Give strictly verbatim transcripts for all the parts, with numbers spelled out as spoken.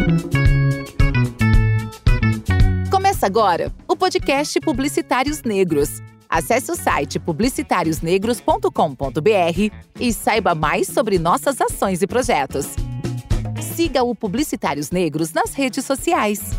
Começa agora o podcast Publicitários Negros. Acesse o site publicitários negros ponto com ponto b r e saiba mais sobre nossas ações e projetos. Siga o Publicitários Negros nas redes sociais.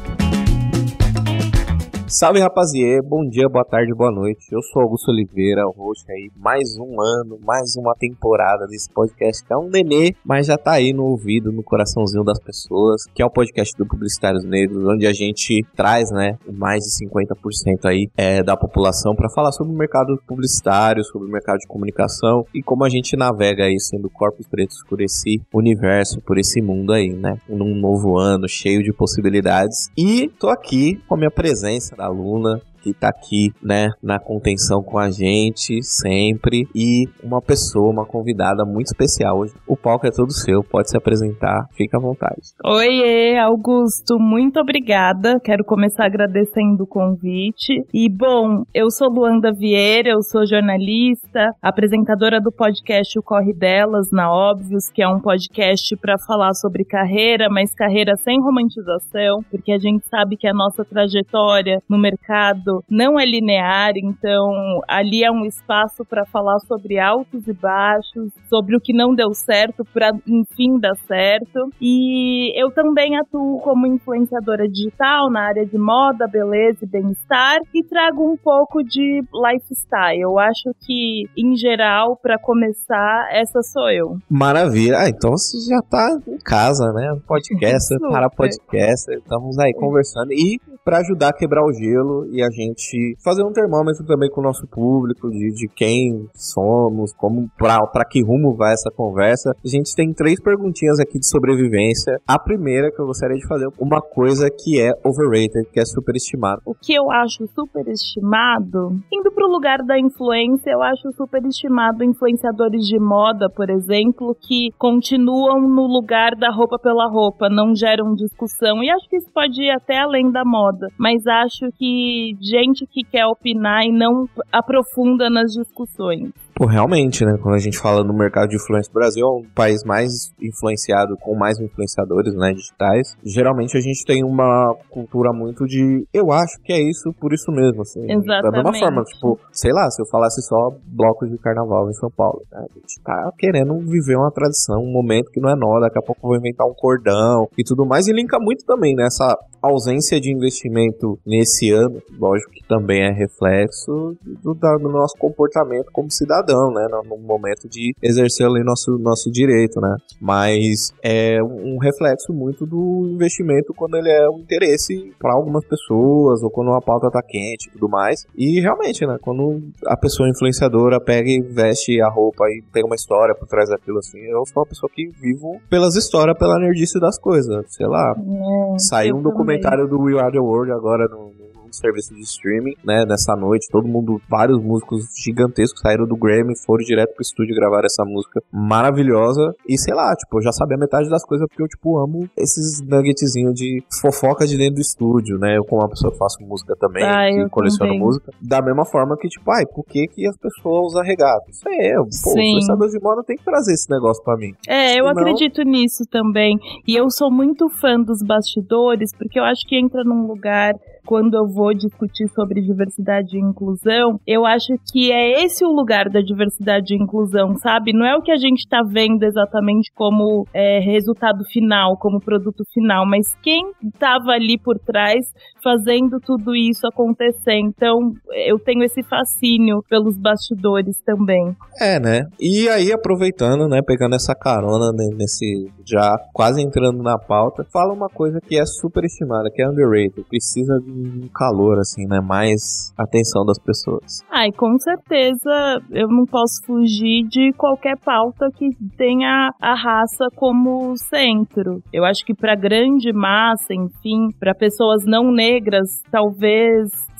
Salve, rapaziê, bom dia, boa tarde, boa noite. Eu sou Augusto Oliveira, o host aí, mais um ano, mais uma temporada desse podcast que é um nenê, mas já tá aí no ouvido, no coraçãozinho das pessoas, que é o podcast do Publicitários Negros, onde a gente traz, né, mais de cinquenta por cento aí é, da população para falar sobre o mercado publicitário, sobre o mercado de comunicação e como a gente navega aí, sendo corpos pretos por esse universo, por esse mundo aí, né, num novo ano cheio de possibilidades. E tô aqui com a minha presença da Luna, que tá aqui, né, na contenção com a gente, sempre, e uma pessoa, uma convidada muito especial hoje. O palco é todo seu, pode se apresentar, fica à vontade. Oiê, Augusto, muito obrigada, quero começar agradecendo o convite, e bom, eu sou Luanda Vieira, eu sou jornalista, apresentadora do podcast O Corre Delas, na Óbvios, que é um podcast para falar sobre carreira, mas carreira sem romantização, porque a gente sabe que a nossa trajetória no mercado não é linear, então ali é um espaço para falar sobre altos e baixos, sobre o que não deu certo para enfim dar certo. E eu também atuo como influenciadora digital na área de moda, beleza e bem-estar e trago um pouco de lifestyle. Eu acho que, em geral, para começar, essa sou eu. Maravilha. Ah, então você já tá em casa, né? Podcaster, para podcaster. Estamos aí conversando e para ajudar a quebrar o gelo e a gente fazer um termômetro também com o nosso público de, de quem somos, como pra, pra que rumo vai essa conversa. A gente tem três perguntinhas aqui de sobrevivência. A primeira que eu gostaria de fazer, uma coisa que é overrated, que é superestimado. O que eu acho superestimado, indo pro lugar da influência, eu acho superestimado influenciadores de moda, por exemplo, que continuam no lugar da roupa pela roupa, não geram discussão, e acho que isso pode ir até além da moda, mas acho que gente que quer opinar e não aprofunda nas discussões. Pô, realmente, né, quando a gente fala no mercado de influência, o Brasil é um país mais influenciado, com mais influenciadores, né, digitais. Geralmente a gente tem uma cultura muito de, eu acho que é isso por isso mesmo, assim. Exatamente. Da mesma forma, tipo, sei lá, se eu falasse só blocos de carnaval em São Paulo, né, a gente tá querendo viver uma tradição, um momento que não é nó, daqui a pouco eu vou inventar um cordão e tudo mais, e linka muito também nessa ausência de investimento nesse ano, lógico que também é reflexo do, do nosso comportamento como cidadão, né, no, no momento de exercer ali nosso, nosso direito, né, mas é um reflexo muito do investimento quando ele é um interesse para algumas pessoas, ou quando uma pauta tá quente e tudo mais, e realmente, né, quando a pessoa influenciadora pega e veste a roupa e tem uma história por trás daquilo, assim, eu sou uma pessoa que vivo pelas histórias, pela nerdice das coisas, sei lá, é, saiu um documentário do We Are The World agora no serviço de streaming, né, nessa noite, todo mundo, vários músicos gigantescos saíram do Grammy, foram direto pro estúdio gravar essa música maravilhosa, e sei lá, tipo, eu já sabia metade das coisas porque eu, tipo, amo esses nuggetzinhos de fofoca de dentro do estúdio, né, eu como uma pessoa que faço música também, ah, que coleciono também. música, da mesma forma que, tipo, ai, por que que as pessoas usam regata? Isso é eu, pô, influenciador de moda tem que trazer esse negócio pra mim. É, eu Senão... acredito nisso também, e eu sou muito fã dos bastidores, porque eu acho que entra num lugar, quando eu vou discutir sobre diversidade e inclusão, eu acho que é esse o lugar da diversidade e inclusão, sabe? Não é o que a gente tá vendo exatamente como é, resultado final, como produto final, mas quem tava ali por trás fazendo tudo isso acontecer. Então, eu tenho esse fascínio pelos bastidores também. É, né? E aí, aproveitando, né, pegando essa carona né, nesse, já quase entrando na pauta, fala uma coisa que é superestimada, que é underrated, precisa de um calor, assim, né, mais atenção das pessoas. Ai, com certeza, eu não posso fugir de qualquer pauta que tenha a raça como centro. Eu acho que pra grande massa, enfim, pra pessoas não negras, talvez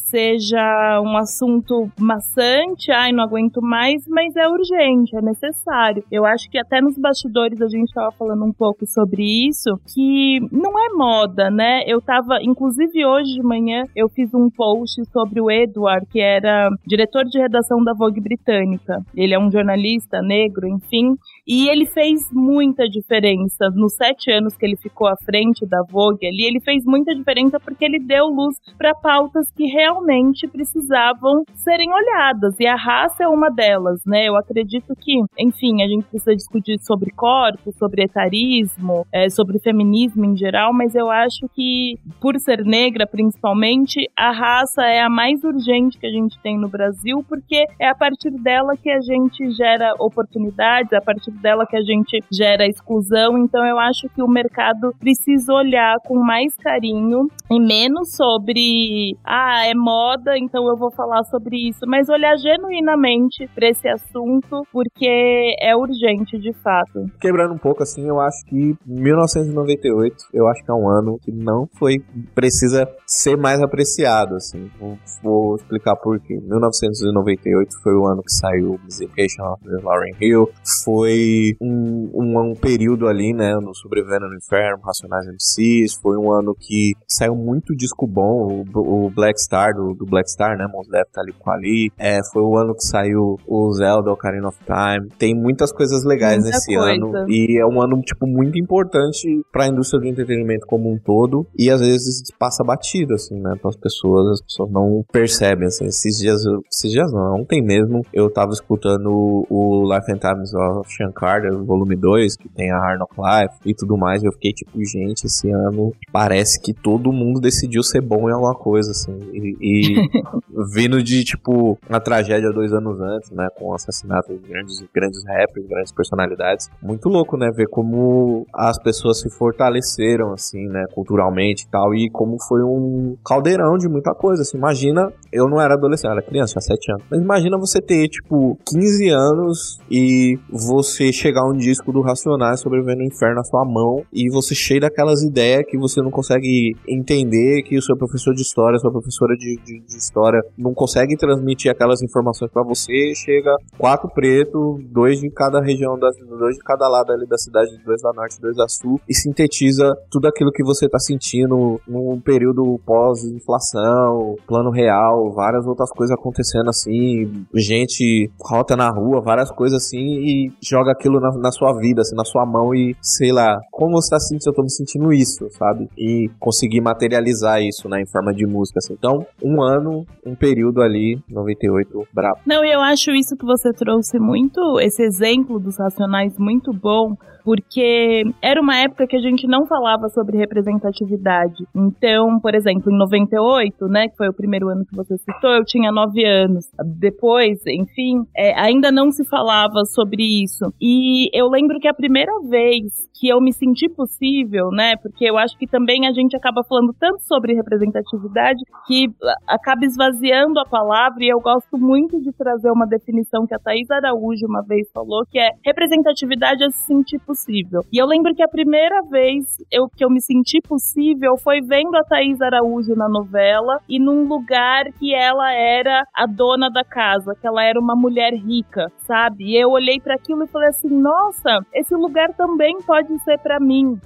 seja um assunto maçante, ai, não aguento mais, mas é urgente, é necessário. Eu acho que até nos bastidores a gente tava falando um pouco sobre isso, que não é moda, né? Eu tava, inclusive hoje de manhã, eu fiz um post sobre o Edward, que era diretor de redação da Vogue britânica. Ele é um jornalista negro, enfim, e ele fez muita diferença. Nos sete anos que ele ficou à frente da Vogue ali, ele fez muita diferença porque ele deu luz para pautas que realmente precisavam serem olhadas, e a raça é uma delas, né? Eu acredito que, enfim, a gente precisa discutir sobre corpos, sobre etarismo, é, sobre feminismo em geral, mas eu acho que, por ser negra principalmente, a raça é a mais urgente que a gente tem no Brasil, porque é a partir dela que a gente gera oportunidades, é a partir dela que a gente gera exclusão. Então eu acho que o mercado precisa olhar com mais carinho e menos sobre, ah, é moda, então eu vou falar sobre isso, mas olhar genuinamente para esse assunto, porque é urgente de fato. Quebrando um pouco assim, eu acho que mil novecentos e noventa e oito, eu acho que é um ano que não foi, precisa ser mais apreciado, assim. Vou, vou explicar por quê. mil novecentos e noventa e oito foi o ano que saiu Visitation of the Lauryn Hill, foi um, um, um período ali, né, no Sobrevivendo no Inferno, Racionais M Cs, foi um ano que saiu muito disco bom, o, o Black Star, do, do Black Star, né, Mos Def, Talib Kweli, é, foi o ano que saiu o Zelda, Ocarina of Time, tem muitas coisas legais Muita nesse coisa. ano, e é um ano, tipo, muito importante pra indústria do entretenimento como um todo, e às vezes passa batido, assim, né, para as pessoas, as pessoas não percebem, assim, esses dias, esses dias não, ontem mesmo, eu tava escutando o Life and Times of Sean Carter, volume dois, que tem a Hard Knock Life e tudo mais, eu fiquei tipo, gente, esse ano parece que todo mundo decidiu ser bom em alguma coisa, assim, e, e vindo de, tipo, uma tragédia dois anos antes, né, com o assassinato de grandes, grandes rappers, grandes personalidades, muito louco, né, ver como as pessoas se fortaleceram, assim, né, culturalmente e tal, e como foi um caldeirão de muita coisa, assim, imagina, eu não era adolescente, eu era criança, tinha sete anos, mas imagina você ter, tipo, quinze anos e você chegar a um disco do Racionais Sobrevivendo no Inferno na sua mão e você cheio daquelas ideias que você não consegue entender, que o seu professor de história, sua professora de, de, de história não consegue transmitir aquelas informações pra você, chega quatro pretos, dois de cada região, da, dois de cada lado ali da cidade, dois da norte, dois da sul, e sintetiza tudo aquilo que você tá sentindo num período pós-inflação, plano real, várias outras coisas acontecendo assim, gente rota na rua, várias coisas assim, e joga aquilo na, na sua vida, assim, na sua mão e, sei lá, como você tá sentindo? Eu tô me sentindo isso, sabe? E conseguir materializar isso, né, em forma de música, assim. Então, um ano, um período ali, noventa e oito, brabo. Não, e eu acho isso que você trouxe muito, esse exemplo dos Racionais muito bom, porque era uma época que a gente não falava sobre representatividade. Então, por exemplo, em noventa e oito, né, que foi o primeiro ano que você citou, eu tinha nove anos. Depois, enfim, é, ainda não se falava sobre isso. E eu lembro que a primeira vez que eu me senti possível, né, porque eu acho que também a gente acaba falando tanto sobre representatividade que acaba esvaziando a palavra, e eu gosto muito de trazer uma definição que a Thaís Araújo uma vez falou, que é representatividade é se sentir possível. E eu lembro que a primeira vez eu, que eu me senti possível foi vendo a Thaís Araújo na novela e num lugar que ela era a dona da casa, que ela era uma mulher rica, sabe? E eu olhei para aquilo e falei assim, nossa, esse lugar também pode ser para mim.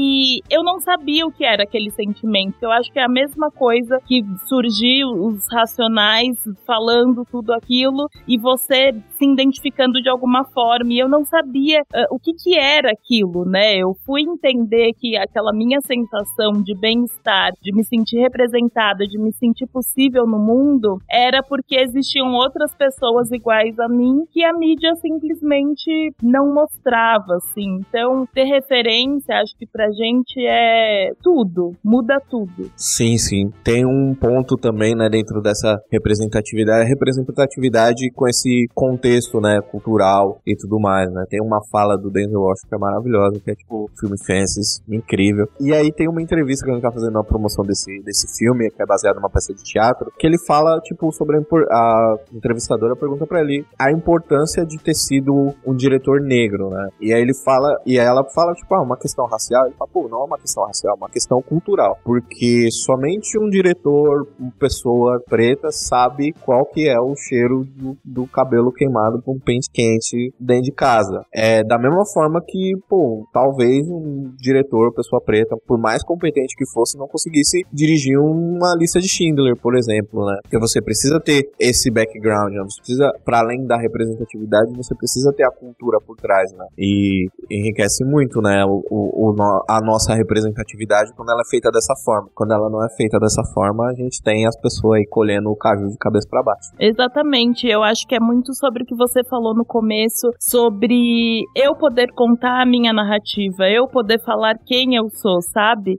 E eu não sabia o que era aquele sentimento. Eu acho que é a mesma coisa que surgiu os Racionais falando tudo aquilo e você se identificando de alguma forma. E eu não sabia uh, o que que era aquilo, né? Eu fui entender que aquela minha sensação de bem-estar, de me sentir representada, de me sentir possível no mundo, era porque existiam outras pessoas iguais a mim que a mídia simplesmente não mostrava, assim. Então, ter referência, acho que pra gente é tudo, muda tudo. Sim, sim. Tem um ponto também, né, dentro dessa representatividade, representatividade com esse contexto, né, cultural e tudo mais, né? Tem uma fala do Denzel Washington que é maravilhosa, que é tipo filme Fences, incrível. E aí tem uma entrevista que a gente tá fazendo na promoção desse, desse filme, que é baseado numa peça de teatro, que ele fala, tipo, sobre a, a entrevistadora pergunta pra ele a importância de ter sido um diretor negro, né? E aí ele fala, e aí ela fala, tipo, ah, uma questão racial. Ele fala, pô, não é uma questão racial, é uma questão cultural. Porque somente um diretor pessoa preta sabe qual que é o cheiro do, do cabelo queimado com um pente quente dentro de casa. É da mesma forma que, pô, talvez um diretor, pessoa preta, por mais competente que fosse, não conseguisse dirigir uma lista de Schindler, por exemplo, né? Porque você precisa ter esse background, né? Você precisa, para além da representatividade, você precisa ter a cultura por trás, né? E enriquece muito, né, o, o, o, a nossa representatividade quando ela é feita dessa forma. Quando ela não é feita dessa forma, a gente tem as pessoas aí colhendo o caju de cabeça para baixo. Exatamente, eu acho que é muito sobre o que você falou no começo, sobre eu poder contar a minha narrativa, eu poder falar quem eu sou, sabe?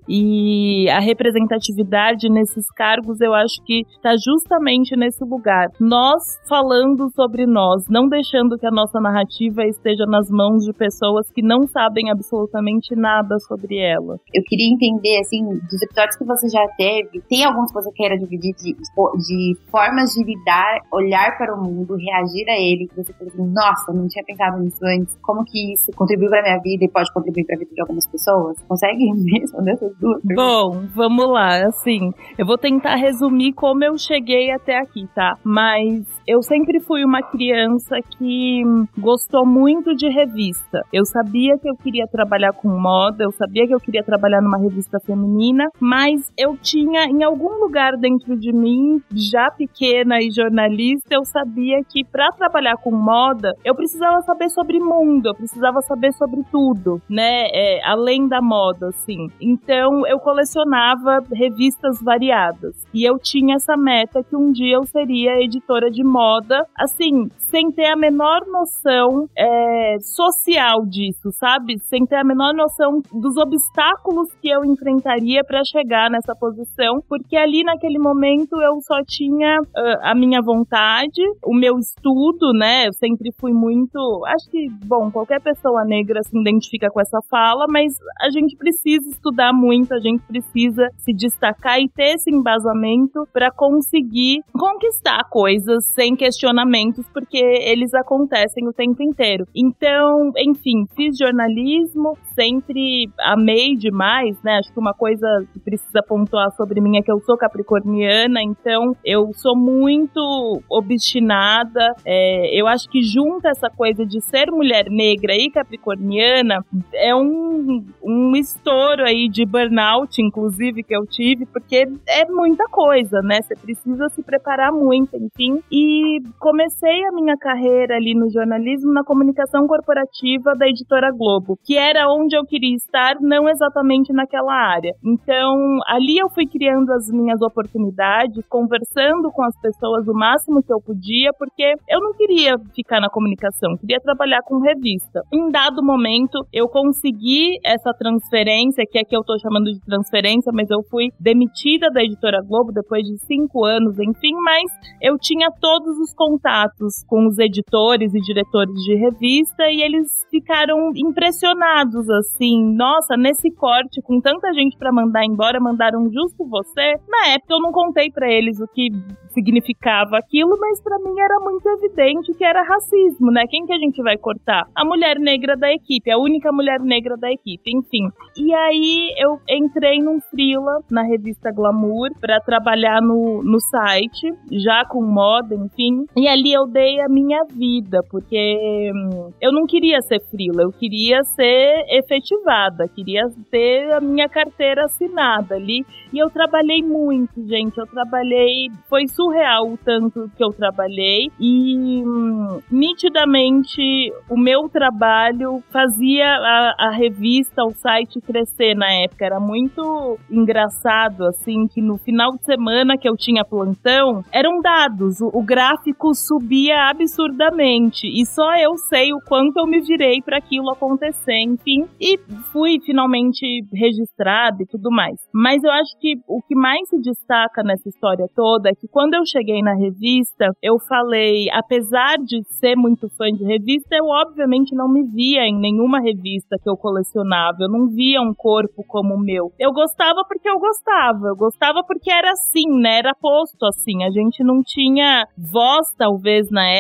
E a representatividade nesses cargos, eu acho que tá justamente nesse lugar. Nós falando sobre nós, não deixando que a nossa narrativa esteja nas mãos de pessoas que não sabem absolutamente nada sobre ela. Eu queria entender, assim, dos episódios que você já teve, tem alguns que você queira dividir de, de formas de lidar, olhar para o mundo, reagir a ele, que você fala assim, nossa, não tinha pensado nisso antes, como que isso contribuiu para minha vida e pode contribuir para a vida de algumas pessoas? Consegue responder essas duas? Bom, vamos lá, assim, eu vou tentar resumir como eu cheguei até aqui, tá? Mas eu sempre fui uma criança que gostou muito de revista. Eu sabia que eu queria trabalhar com moda, eu sabia que eu queria trabalhar numa revista feminina, mas eu tinha, em algum lugar dentro de mim, já pequena e jornalista, eu sabia que para trabalhar com moda, eu precisava saber sobre mundo, eu precisava saber sobre tudo, né? É, além da moda, assim. Então, eu colecionava revistas variadas. E eu tinha essa meta que um dia eu seria editora de moda, assim, sem ter a menor noção é, social disso, sabe? Sem ter a menor noção dos obstáculos que eu enfrentaria para chegar nessa posição, porque ali naquele momento eu só tinha uh, a minha vontade, o meu estudo, né? Eu sempre fui muito... Acho que, bom, qualquer pessoa negra se identifica com essa fala, mas a gente precisa estudar muito, a gente precisa se destacar e ter esse embasamento para conseguir conquistar coisas sem questionamentos, porque eles acontecem o tempo inteiro. Então, enfim, fiz jornalismo, sempre amei demais, né? Acho que uma coisa que precisa pontuar sobre mim é que eu sou capricorniana, então eu sou muito obstinada. É, eu acho que junta essa coisa de ser mulher negra e capricorniana é um, um estouro aí de burnout, inclusive, que eu tive, porque é muita coisa, né? Você precisa se preparar muito, enfim. E comecei a minha carreira ali no jornalismo na comunicação corporativa da Editora Globo, que era onde eu queria estar, não exatamente naquela área. Então, ali eu fui criando as minhas oportunidades, conversando com as pessoas o máximo que eu podia, porque eu não queria ficar na comunicação, queria trabalhar com revista. Em dado momento, eu consegui essa transferência, que é que eu tô chamando de transferência, mas eu fui demitida da Editora Globo depois de cinco anos, enfim, mas eu tinha todos os contatos com os editores e diretores de revista e eles ficaram impressionados, assim, nossa, nesse corte, com tanta gente pra mandar embora, mandaram justo você? Na época eu não contei pra eles o que significava aquilo, mas pra mim era muito evidente que era racismo, né? Quem que a gente vai cortar? A mulher negra da equipe, a única mulher negra da equipe, enfim. E aí eu entrei num freela na revista Glamour pra trabalhar no, no site, já com moda, enfim. E ali eu dei a minha vida, porque hum, eu não queria ser freela, eu queria ser efetivada, queria ter a minha carteira assinada ali. E eu trabalhei muito, gente, eu trabalhei, foi surreal o tanto que eu trabalhei e hum, nitidamente o meu trabalho fazia a, a revista, o site crescer na época. Era muito engraçado, assim, que no final de semana que eu tinha plantão, eram dados, o, o gráfico subia absurdamente e só eu sei o quanto eu me virei para aquilo acontecer, enfim, e fui finalmente registrada e tudo mais. Mas eu acho que o que mais se destaca nessa história toda é que quando eu cheguei na revista, eu falei, apesar de ser muito fã de revista, eu obviamente não me via em nenhuma revista que eu colecionava, eu não via um corpo como o meu. Eu gostava porque eu gostava, eu gostava porque era assim, né, era posto assim, a gente não tinha voz, talvez, na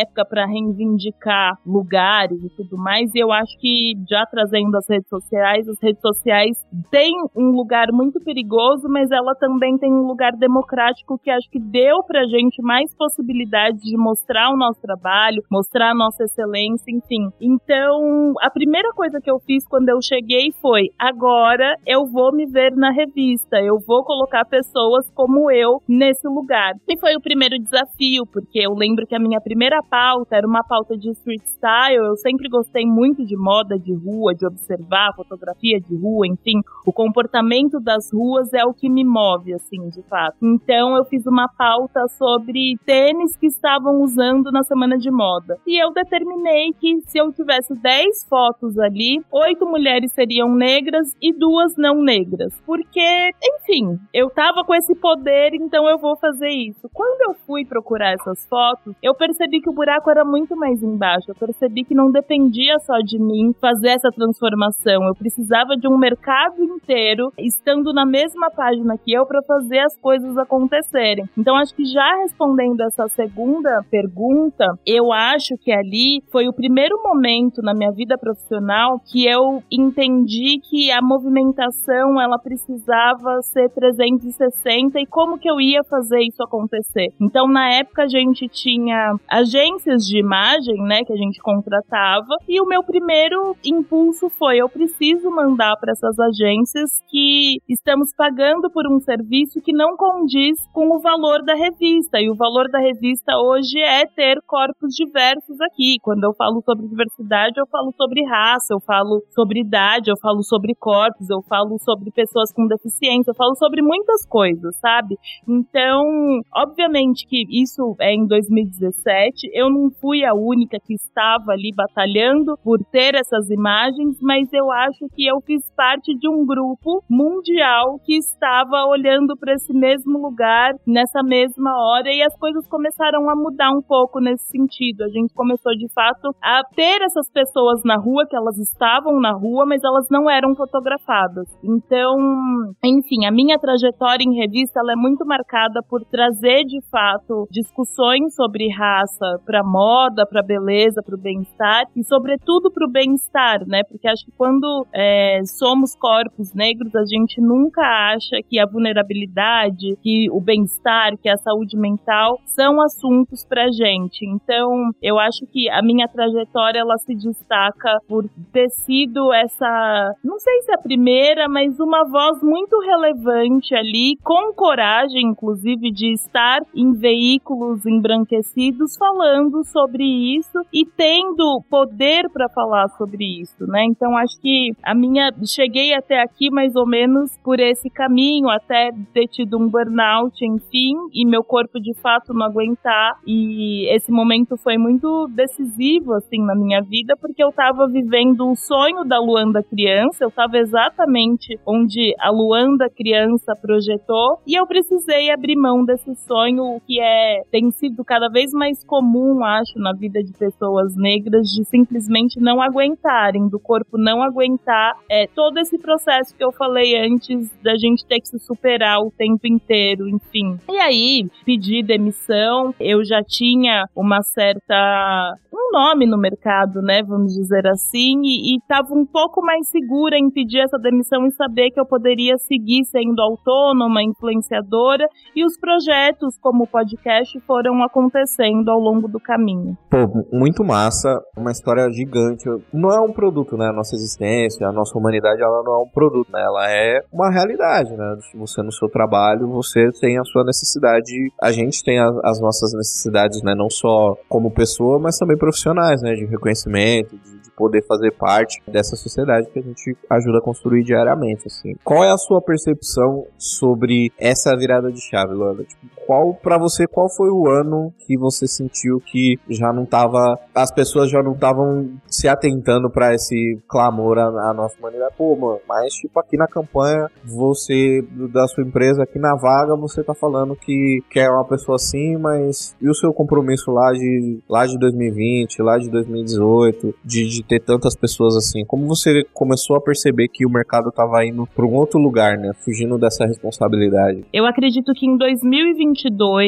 época para reivindicar lugares e tudo mais, e eu acho que, já trazendo as redes sociais, as redes sociais têm um lugar muito perigoso, mas ela também tem um lugar democrático que acho que deu pra gente mais possibilidades de mostrar o nosso trabalho, mostrar a nossa excelência, enfim. Então, a primeira coisa que eu fiz quando eu cheguei foi, agora eu vou me ver na revista, eu vou colocar pessoas como eu nesse lugar. E foi o primeiro desafio, porque eu lembro que a minha primeira pauta era uma pauta de street style, eu sempre gostei muito de moda de rua, de observar fotografia de rua, enfim, o comportamento das ruas é o que me move, assim, de fato. Então eu fiz uma pauta sobre tênis que estavam usando na semana de moda. E eu determinei que se eu tivesse dez fotos ali, oito mulheres seriam negras e duas não negras. Porque, enfim, eu tava com esse poder, então eu vou fazer isso. Quando eu fui procurar essas fotos, eu percebi que o buraco era muito mais embaixo. Eu percebi que não dependia só de mim fazer essa transformação. Eu precisava de um mercado inteiro estando na mesma página que eu para fazer as coisas acontecerem. Então, acho que já respondendo essa segunda pergunta, eu acho que ali foi o primeiro momento na minha vida profissional que eu entendi que a movimentação, ela precisava ser trezentos e sessenta e como que eu ia fazer isso acontecer. Então, na época, a gente tinha agências de imagem, né, que a gente contratava, e o meu primeiro impulso foi, eu preciso mandar para essas agências que estamos pagando por um serviço que não condiz com o valor da revista, e o valor da revista hoje é ter corpos diversos aqui. Quando eu falo sobre diversidade, eu falo sobre raça, eu falo sobre idade, eu falo sobre corpos, eu falo sobre pessoas com deficiência, eu falo sobre muitas coisas, sabe? Então, obviamente que isso é em dois mil e dezessete, eu não fui a única que estava ali batalhando por ter essas imagens, mas eu acho que eu fiz parte de um grupo mundial que estava olhando para esse mesmo lugar, nessa mesma hora, e as coisas começaram a mudar um pouco nesse sentido. A gente começou, de fato, a ter essas pessoas na rua, que elas estavam na rua, mas elas não eram fotografadas. Então, enfim, a minha trajetória em revista, ela é muito marcada por trazer, de fato, discussões sobre raça para moda, para beleza, para o bem-estar, e sobretudo para o bem-estar, né? Porque acho que quando é, somos corpos negros, a gente nunca acha que a vulnerabilidade, que o bem-estar, que a saúde mental são assuntos pra gente. Então, eu acho que a minha trajetória, ela se destaca por ter sido essa, não sei se é a primeira, mas uma voz muito relevante ali, com coragem, inclusive, de estar em veículos embranquecidos falando sobre isso e tendo poder para falar sobre isso, né? Então, acho que a minha... Cheguei até aqui mais ou menos por esse caminho, até ter tido um burnout, enfim, e meu corpo de fato não aguentar, e esse momento foi muito decisivo, assim, na minha vida, porque eu tava vivendo o sonho da Luanda criança, eu tava exatamente onde a Luanda criança projetou, e eu precisei abrir mão desse sonho, que é, tem sido cada vez mais comum, acho, na vida de pessoas negras, de simplesmente não aguentarem, do corpo não aguentar, é, todo esse processo que eu falei antes, da gente ter que se superar o tempo inteiro, enfim. E aí, pedi demissão, eu já tinha uma certa... um nome no mercado, né, vamos dizer assim, e estava um pouco mais segura em pedir essa demissão e saber que eu poderia seguir sendo autônoma, influenciadora, e os projetos como o podcast foram acontecendo ao longo do caminho. Pô, muito massa, uma história gigante. Não é um produto, né, a nossa existência, a nossa humanidade, ela não é um produto, né, ela é uma realidade, né, você no seu trabalho, você tem a sua necessidade, a gente tem a, as nossas necessidades, né, não só como pessoa, mas também profissionais, né, de reconhecimento, de, de poder fazer parte dessa sociedade que a gente ajuda a construir diariamente, assim. Qual é a sua percepção sobre essa virada de chave, Luanda? Tipo, qual, pra você, qual foi o ano que você sentiu que já não tava, as pessoas já não estavam se atentando pra esse clamor à, à nossa humanidade? Pô, mano, mas tipo aqui na campanha, você, da sua empresa, aqui na vaga, você tá falando que quer uma pessoa assim, mas e o seu compromisso lá de, lá de dois mil e vinte, lá de dois mil e dezoito, de, de ter tantas pessoas assim? Como você começou a perceber que o mercado tava indo pra um outro lugar, né? Fugindo dessa responsabilidade? Eu acredito que em dois mil e vinte e dois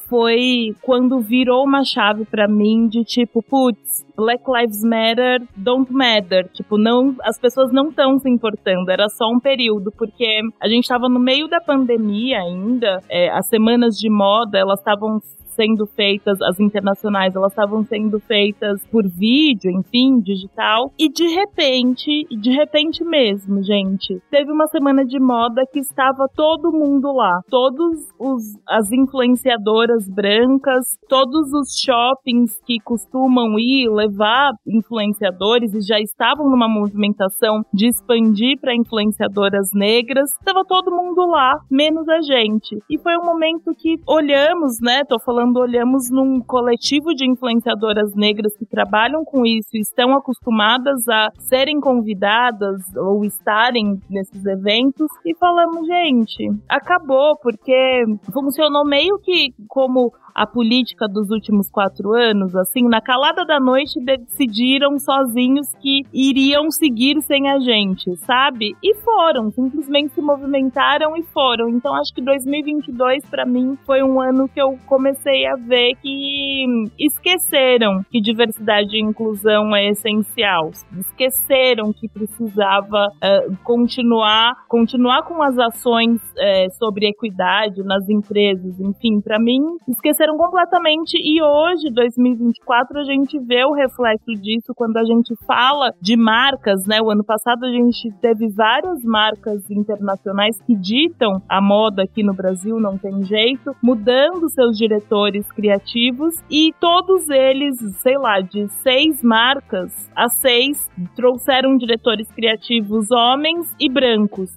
foi quando virou uma chave pra mim de tipo, putz, Black Lives Matter don't matter. Tipo, não, as pessoas não estão se importando, era só um período, porque a gente tava no meio da pandemia ainda, é, as semanas de moda, elas estavam sendo feitas, as internacionais, elas estavam sendo feitas por vídeo, enfim, digital, e de repente, de repente mesmo, gente, teve uma semana de moda que estava todo mundo lá, todos os, as influenciadoras brancas, todos os shoppings que costumam ir levar influenciadores e já estavam numa movimentação de expandir para influenciadoras negras, estava todo mundo lá, menos a gente, e foi um momento que olhamos, né, tô falando Quando olhamos num coletivo de influenciadoras negras que trabalham com isso e estão acostumadas a serem convidadas ou estarem nesses eventos, e falamos, gente, acabou, porque funcionou meio que como a política dos últimos quatro anos, assim, na calada da noite decidiram sozinhos que iriam seguir sem a gente, sabe? E foram, simplesmente se movimentaram e foram. Então acho que dois mil e vinte e dois pra mim foi um ano que eu comecei a ver que esqueceram que diversidade e inclusão é essencial, esqueceram que precisava uh, continuar, continuar com as ações uh, sobre equidade nas empresas, enfim, pra mim esqueceram completamente, e hoje, dois mil e vinte e quatro, a gente vê o reflexo disso quando a gente fala de marcas, né? O ano passado a gente teve várias marcas internacionais que ditam a moda aqui no Brasil, não tem jeito, mudando seus diretores criativos, e todos eles, sei lá, de seis marcas a seis, trouxeram diretores criativos homens e brancos.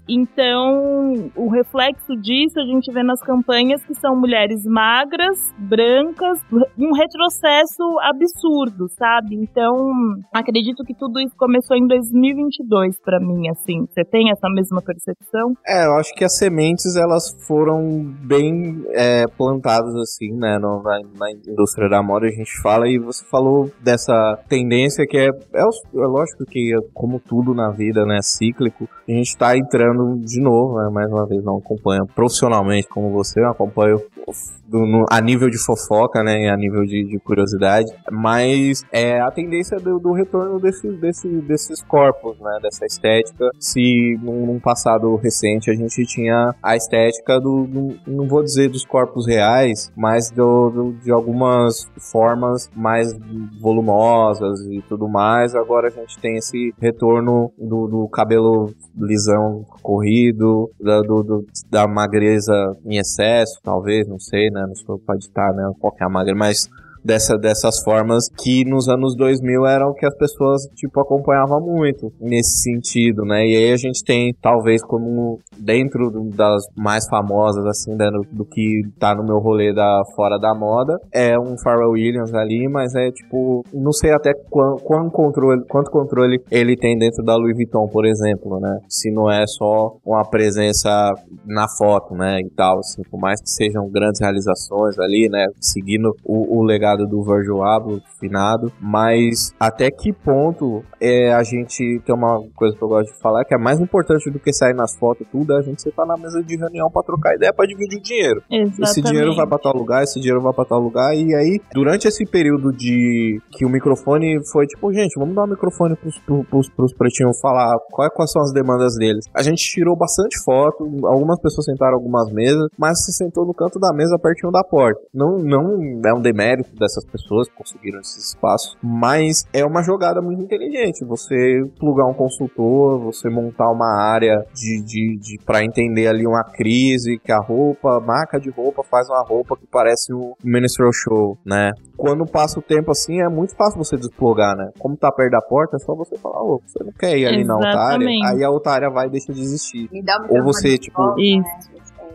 Então, o reflexo disso a gente vê nas campanhas que são mulheres magras, brancas, um retrocesso absurdo, sabe? Então, acredito que tudo isso começou em dois mil e vinte e dois pra mim, assim. Você tem essa mesma percepção? É, eu acho que as sementes, elas foram bem é, plantadas, assim, né, no, na, na indústria da moda, a gente fala, e você falou dessa tendência que é, é, é lógico que, como tudo na vida, né, cíclico, a gente tá entrando de novo, né, mais uma vez, não acompanho profissionalmente como você, eu acompanho do, no, a nível de fofoca, né, a nível de, de curiosidade, mas é a tendência do, do retorno desse, desse, desses corpos, né, dessa estética. Se num, num passado recente a gente tinha a estética do, do não vou dizer dos corpos reais, mas do, do, de algumas formas mais volumosas e tudo mais, agora a gente tem esse retorno do, do cabelo lisão corrido, da, do, do, da magreza em excesso, talvez, não sei, né, não sei, pode estar, né, qual que é a magreza, mas Dessa, dessas formas que nos anos dois mil eram que as pessoas, tipo, acompanhavam muito nesse sentido, né? E aí a gente tem, talvez, como dentro das mais famosas, assim, né, do, do que tá no meu rolê da fora da moda, é um Pharrell Williams ali, mas é, tipo, não sei até quanto, quanto, controle, quanto controle ele tem dentro da Louis Vuitton, por exemplo, né? Se não é só uma presença na foto, né, e tal, assim, por mais que sejam grandes realizações ali, né, seguindo o, o legado do Virgil Abloh, finado, mas até que ponto é, a gente tem uma coisa que eu gosto de falar, que é mais importante do que sair nas fotos tudo, é a gente sentar na mesa de reunião pra trocar ideia, pra dividir o dinheiro. Exatamente. Esse dinheiro vai pra tal lugar, esse dinheiro vai pra tal lugar, e aí, durante esse período de que o microfone foi tipo, gente, vamos dar o um microfone pros, pros, pros pretinhos falar quais, quais são as demandas deles. A gente tirou bastante foto, algumas pessoas sentaram em algumas mesas, mas se sentou no canto da mesa pertinho da porta. Não, não é um demérito dessas pessoas que conseguiram esses espaços, mas é uma jogada muito inteligente, você plugar um consultor, você montar uma área de, de, de para entender ali uma crise, que a roupa, a marca de roupa faz uma roupa que parece um minstrel show, né? Quando passa o tempo assim, é muito fácil você desplugar, né? Como tá perto da porta, é só você falar, ô, você não quer ir ali Exatamente. na otária, aí a otária vai e deixa de existir. Me dá uma Ou você, tipo... Isso.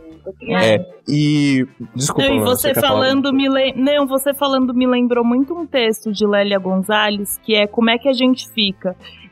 É, e... Desculpa, não, e mano, você, você falando me le... Não, você falando me lembrou muito um texto de Lélia Gonzalez, que é Como é que a gente fica?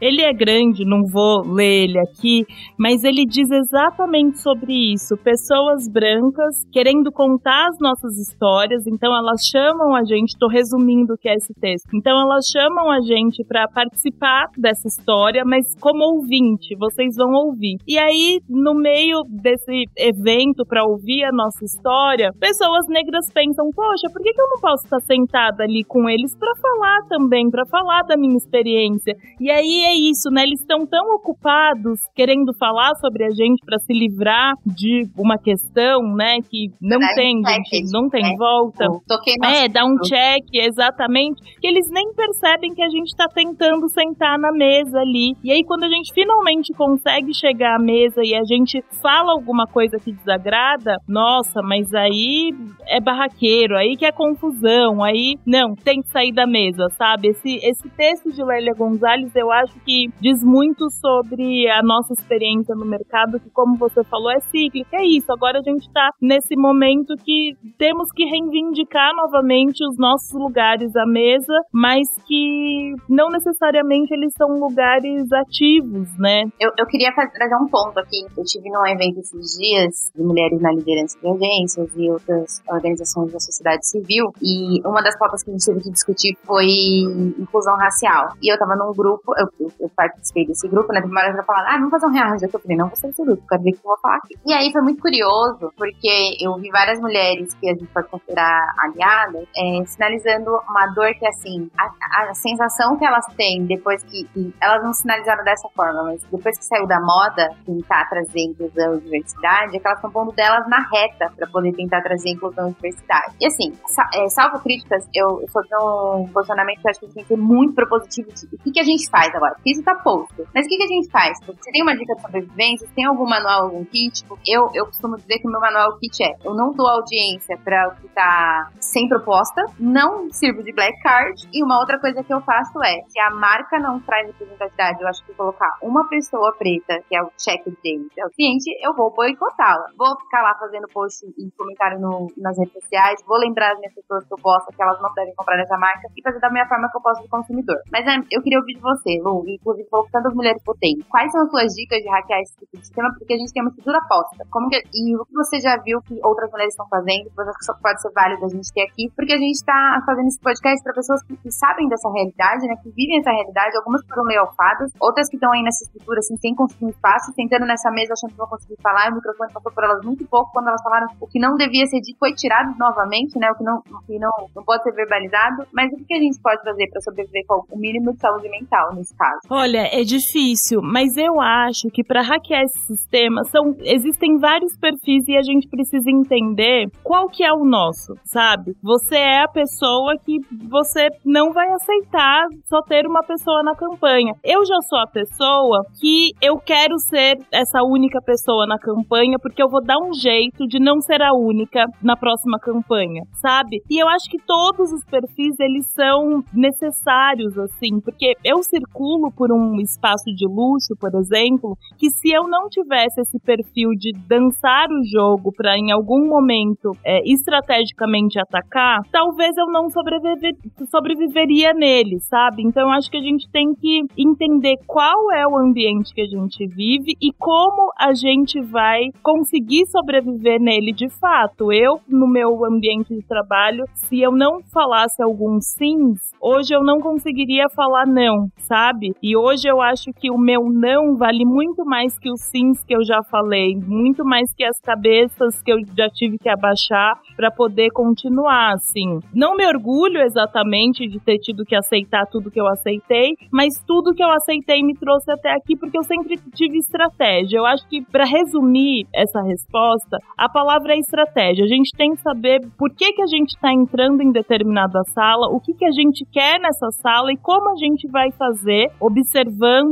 Ele é grande, não vou ler ele aqui, mas ele diz exatamente sobre isso. Pessoas brancas querendo contar as nossas histórias, então elas chamam a gente, tô resumindo o que é esse texto, então elas chamam a gente para participar dessa história, mas como ouvinte, vocês vão ouvir. E aí, no meio desse evento para ouvir a nossa história, pessoas negras pensam, poxa, por que, que eu não posso estar sentada ali com eles para falar também, para falar da minha experiência? E aí é isso, né? Eles estão tão ocupados querendo falar sobre a gente para se livrar de uma questão, né, que não Dá tem, um gente, check, não tem né? volta. Toquei no É, dá um check, exatamente, que eles nem percebem que a gente tá tentando sentar na mesa ali. E aí, quando a gente finalmente consegue chegar à mesa e a gente fala alguma coisa que desagrada, nossa, mas aí é barraqueiro, aí que é confusão, aí, não, tem que sair da mesa, sabe? Esse, esse texto de Lélia Gonzalez, eu acho que diz muito sobre a nossa experiência no mercado, que, como você falou, é cíclica, é isso. Agora a gente tá nesse momento que temos que reivindicar novamente os nossos lugares à mesa, mas que não necessariamente eles são lugares ativos, né? Eu, eu queria fazer, trazer um ponto aqui. Eu tive num evento esses dias de mulheres na liderança de agências e outras organizações da sociedade civil, e uma das pautas que a gente teve que discutir foi inclusão racial. E eu tava num grupo, eu, eu, eu participei desse grupo, né? Teve uma hora que eu falava, ah, vamos fazer um rearranjo. Eu falei, não, vou ser desse grupo, quero ver o que eu vou falar aqui. E aí foi muito curioso, porque eu vi várias mulheres que a gente pode considerar aliadas, é, sinalizando uma dor que, assim, a, a sensação que elas têm depois que, que elas não sinalizaram dessa forma, mas depois que saiu da moda tentar trazer inclusão e diversidade, é que elas estão pondo delas na reta para poder tentar trazer inclusão e diversidade. E assim, sa, é, salvo críticas, eu, eu sou de um posicionamento que eu acho que a gente tem que ser muito propositivo de o que, que a gente faz agora, porque isso tá posto. Mas o que, que a gente faz? Você tem uma dica de sobrevivência, tem algum manual, algum kit? Eu, eu costumo dizer que o meu manual kit é, eu não dou audiência para o que tá sem proposta, não sirvo de black card, e uma outra coisa que eu faço é, se a marca não traz representatividade, eu acho que colocar uma pessoa preta, que é o check dele, é o cliente, eu vou boicotá-la. Vou ficar lá fazendo post e comentário no, nas redes sociais, vou lembrar as minhas pessoas que eu gosto, que elas não devem comprar dessa marca, e fazer da minha forma que eu posso de consumidor. Mas é, eu queria ouvir de você, Lu, inclusive falou que tantas mulheres potentes. Quais são as suas dicas de hackear esse tipo de sistema? Porque a gente tem uma estrutura posta. Como que, e o que você já viu que outras mulheres estão fazendo, que só pode ser válido a gente ter aqui, porque a gente está fazendo esse podcast para pessoas que, que sabem dessa realidade, né, que vivem essa realidade, algumas foram meio alfadas, outras que estão aí nessa estrutura, assim, sem conseguir um espaço, sentando nessa mesa achando que vão conseguir falar, e o microfone passou por elas muito pouco, quando elas falaram o que não devia ser dito, foi tirado novamente, né, o que não, o que não, não pode ser verbalizado, mas o que a gente pode fazer para sobreviver com o mínimo de saúde mental, nesse caso? Olha, é difícil, mas eu acho que para hackear esse sistema, são, existem vários perfis e a gente precisa entender qual que é o nosso, sabe? Você é a pessoa que você não vai aceitar só ter uma pessoa na campanha. Eu já sou a pessoa que eu quero ser essa única pessoa na campanha, porque eu vou dar um jeito de não ser a única na próxima campanha, sabe? E eu acho que todos os perfis, eles são necessários, assim, porque eu circulo por um espaço de luxo, por exemplo, que se eu não tivesse esse perfil de dançar o jogo para em algum momento é, estrategicamente atacar, talvez eu não sobreviver, sobreviveria nele, sabe? Então eu acho que a gente tem que entender qual é o ambiente que a gente vive e como a gente vai conseguir sobreviver nele de fato. Eu, no meu ambiente de trabalho, se eu não falasse alguns sims, hoje eu não conseguiria falar não, sabe? E hoje eu acho que o meu não vale muito mais que os sims que eu já falei, muito mais que as cabeças que eu já tive que abaixar para poder continuar, assim. Não me orgulho exatamente de ter tido que aceitar tudo que eu aceitei, mas tudo que eu aceitei me trouxe até aqui porque eu sempre tive estratégia. Eu acho que, para resumir essa resposta, a palavra é estratégia. A gente tem que saber por que que a gente está entrando em determinada sala, o que que a gente quer nessa sala e como a gente vai fazer, observando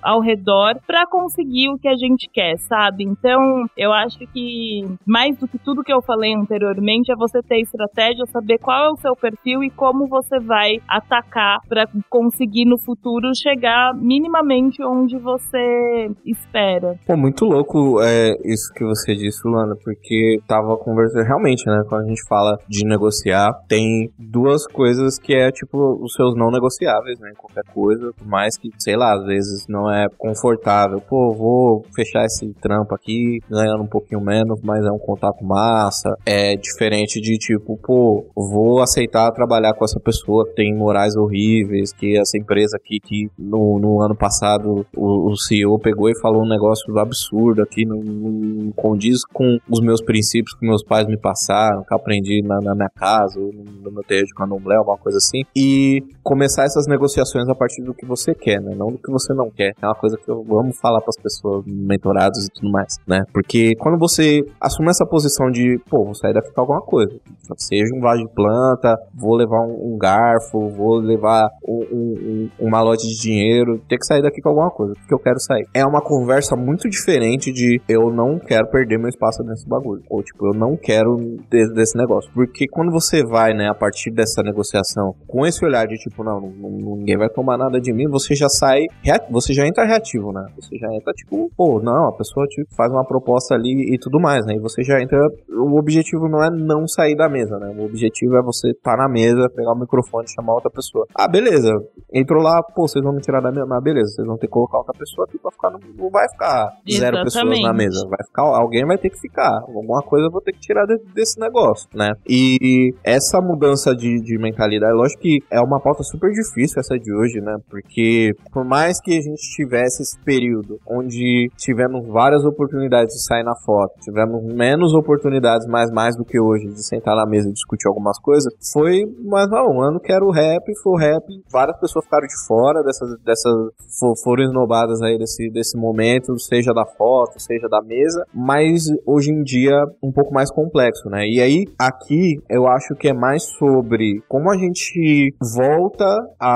ao redor para conseguir o que a gente quer, sabe? Então, eu acho que mais do que tudo que eu falei anteriormente é você ter estratégia, saber qual é o seu perfil e como você vai atacar para conseguir no futuro chegar minimamente onde você espera. Pô, muito louco é, isso que você disse, Luana, porque tava conversando realmente, né? Quando a gente fala de negociar, tem duas coisas que é tipo os seus não negociáveis, né? Qualquer coisa, por mais que, sei lá, às vezes não é confortável. Pô, vou fechar esse trampo aqui, ganhando um pouquinho menos, mas é um contato massa. É diferente de tipo, pô, vou aceitar trabalhar com essa pessoa que tem morais horríveis, que essa empresa aqui que no, no ano passado o, o C E O pegou e falou um negócio absurdo aqui, não, não condiz com os meus princípios que meus pais me passaram, que eu aprendi na, na minha casa, ou no meu terreiro de candomblé, alguma coisa assim, e começar essas negociações a partir do que você quer, né? Não do que você não quer. É uma coisa que eu amo falar pras pessoas, mentorados e tudo mais, né? Porque quando você assume essa posição de, pô, vou sair daqui com alguma coisa, seja um vaso de planta, vou levar um, um garfo, vou levar um, um, um malote de dinheiro, ter que sair daqui com alguma coisa, porque eu quero sair. É uma conversa muito diferente de eu não quero perder meu espaço nesse bagulho, ou tipo, eu não quero de, desse negócio, porque quando você vai, né, a partir dessa negociação, com esse olhar de tipo, não, não, não ninguém vai tomar nada de mim, você já sai, você já entra reativo, né, você já entra tipo, pô, não, a pessoa tipo, faz uma proposta ali e tudo mais, né, e você já entra, o objetivo não é não sair da mesa, né, o objetivo é você estar tá na mesa, pegar o microfone e chamar outra pessoa. Ah, beleza, entrou lá, pô, vocês vão me tirar da mesa, mas beleza, vocês vão ter que colocar outra pessoa aqui pra ficar, no, não vai ficar zero Exatamente. Pessoas na mesa, vai ficar, alguém vai ter que ficar, alguma coisa eu vou ter que tirar de, desse negócio, né, e essa mudança de, de mentalidade, lógico que é uma pauta super difícil essa de hoje, né, porque por mais que a gente tivesse esse período onde tivemos várias oportunidades de sair na foto, tivemos menos oportunidades, mas mais do que hoje, de sentar na mesa e discutir algumas coisas, foi mais um ano que era o rap, foi o rap, várias pessoas ficaram de fora dessas, dessas foram esnobadas aí desse, desse momento, seja da foto, seja da mesa, mas hoje em dia um pouco mais complexo, né, e aí aqui eu acho que é mais sobre como a gente volta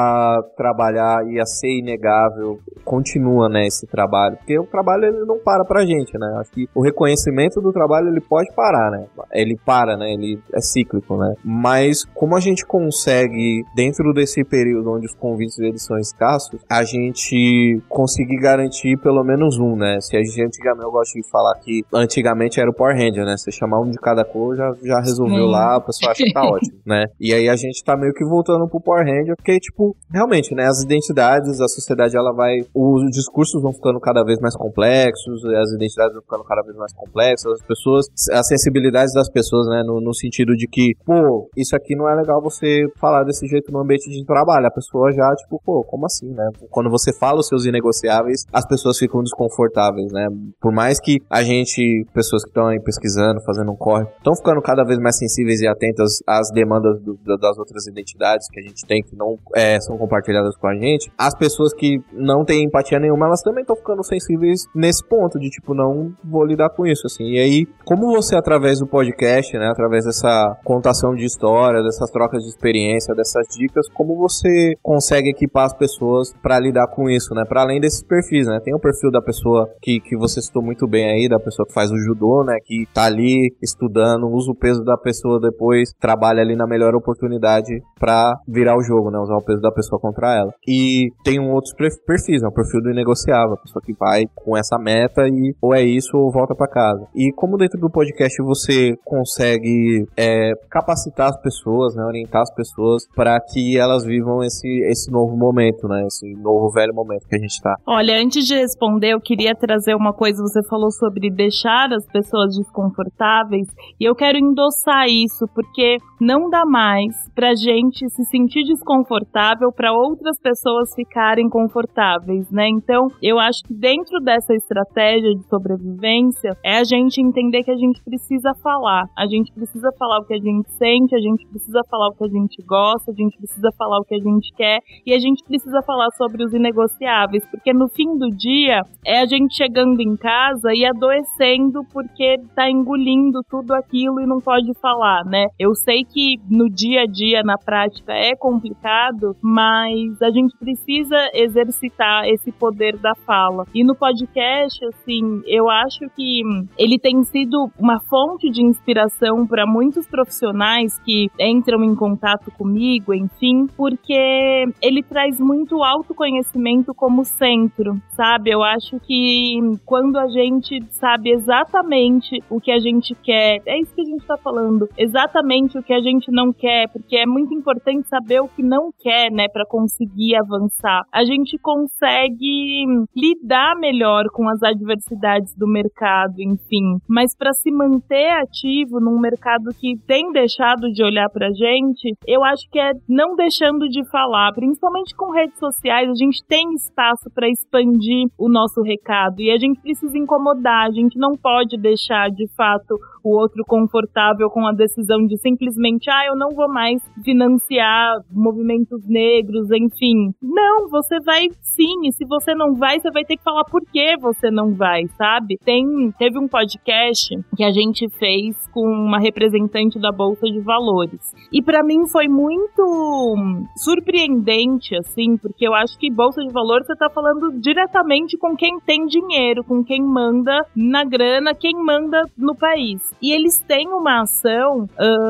a trabalhar e a ser inegável, continua, né, esse trabalho, porque o trabalho ele não para pra gente, né, acho que o reconhecimento do trabalho ele pode parar, né, ele para, né, ele é cíclico, né, mas como a gente consegue, dentro desse período onde os convites eles são escassos, a gente conseguir garantir pelo menos um, né, se a gente antigamente, eu gosto de falar que antigamente era o Power Ranger, né, você chamar um de cada cor já, já resolveu Sim. lá, a pessoa acha que tá ótimo, né, e aí a gente tá meio que voltando pro Power Ranger, porque tipo, realmente, né, as identidades, a sociedade ela vai, os discursos vão ficando cada vez mais complexos, as identidades vão ficando cada vez mais complexas, as pessoas, as sensibilidades das pessoas, né, no, no sentido de que, pô, isso aqui não é legal você falar desse jeito no ambiente de trabalho, a pessoa já, tipo, pô, como assim, né, quando você fala os seus inegociáveis, as pessoas ficam desconfortáveis, né, por mais que a gente, pessoas que estão aí pesquisando, fazendo um corre, estão ficando cada vez mais sensíveis e atentas às demandas do, das outras identidades que a gente tem, que não é, são compartilhadas com a gente, as pessoas que não têm empatia nenhuma, elas também estão ficando sensíveis nesse ponto, de tipo, não vou lidar com isso, assim, e aí, como você, através do podcast, né, através dessa contação de história, dessas trocas de experiência, dessas dicas, como você consegue equipar as pessoas pra lidar com isso, né, pra além desses perfis, né, tem o perfil da pessoa que, que você citou muito bem aí, da pessoa que faz o judô, né, que tá ali estudando, usa o peso da pessoa depois, trabalha ali na melhor oportunidade pra virar o jogo, né, usar o peso da pessoa contra ela. E tem um outros perfis, né, o perfil do inegociável, a pessoa que vai com essa meta e ou é isso ou volta pra casa. E como dentro do podcast você consegue é, capacitar as pessoas, né, orientar as pessoas para que elas vivam esse, esse novo momento, né, esse novo velho momento que a gente tá. Olha, antes de responder, eu queria trazer uma coisa, você falou sobre deixar as pessoas desconfortáveis, e eu quero endossar isso, porque não dá mais pra gente se sentir desconfortável para outras pessoas ficarem confortáveis, né? Então, eu acho que dentro dessa estratégia de sobrevivência, é a gente entender que a gente precisa falar. A gente precisa falar o que a gente sente, a gente precisa falar o que a gente gosta, a gente precisa falar o que a gente quer, e a gente precisa falar sobre os inegociáveis, porque no fim do dia, é a gente chegando em casa e adoecendo porque tá engolindo tudo aquilo e não pode falar, né? Eu sei que no dia a dia, na prática, é complicado, mas a gente precisa exercitar esse poder da fala. E no podcast, assim, eu acho que ele tem sido uma fonte de inspiração para muitos profissionais que entram em contato comigo, enfim, porque ele traz muito autoconhecimento como centro, sabe? Eu acho que quando a gente sabe exatamente o que a gente quer, é isso que a gente tá falando, exatamente o que a gente não quer, porque é muito importante saber o que não quer, né, para conseguir avançar. A gente consegue lidar melhor com as adversidades do mercado, enfim, mas para se manter ativo num mercado que tem deixado de olhar pra gente, eu acho que é não deixando de falar, principalmente com redes sociais, a gente tem espaço para expandir o nosso recado e a gente precisa incomodar, a gente não pode deixar de fato o outro confortável com a decisão de simplesmente, ah, eu não vou mais financiar movimentos negros, enfim. Não, você vai sim, e se você não vai, você vai ter que falar por que você não vai, sabe? Tem, teve um podcast que a gente fez com uma representante da Bolsa de Valores. E pra mim foi muito surpreendente, assim, porque eu acho que Bolsa de Valores você tá falando diretamente com quem tem dinheiro, com quem manda na grana, quem manda no país. E eles têm uma ação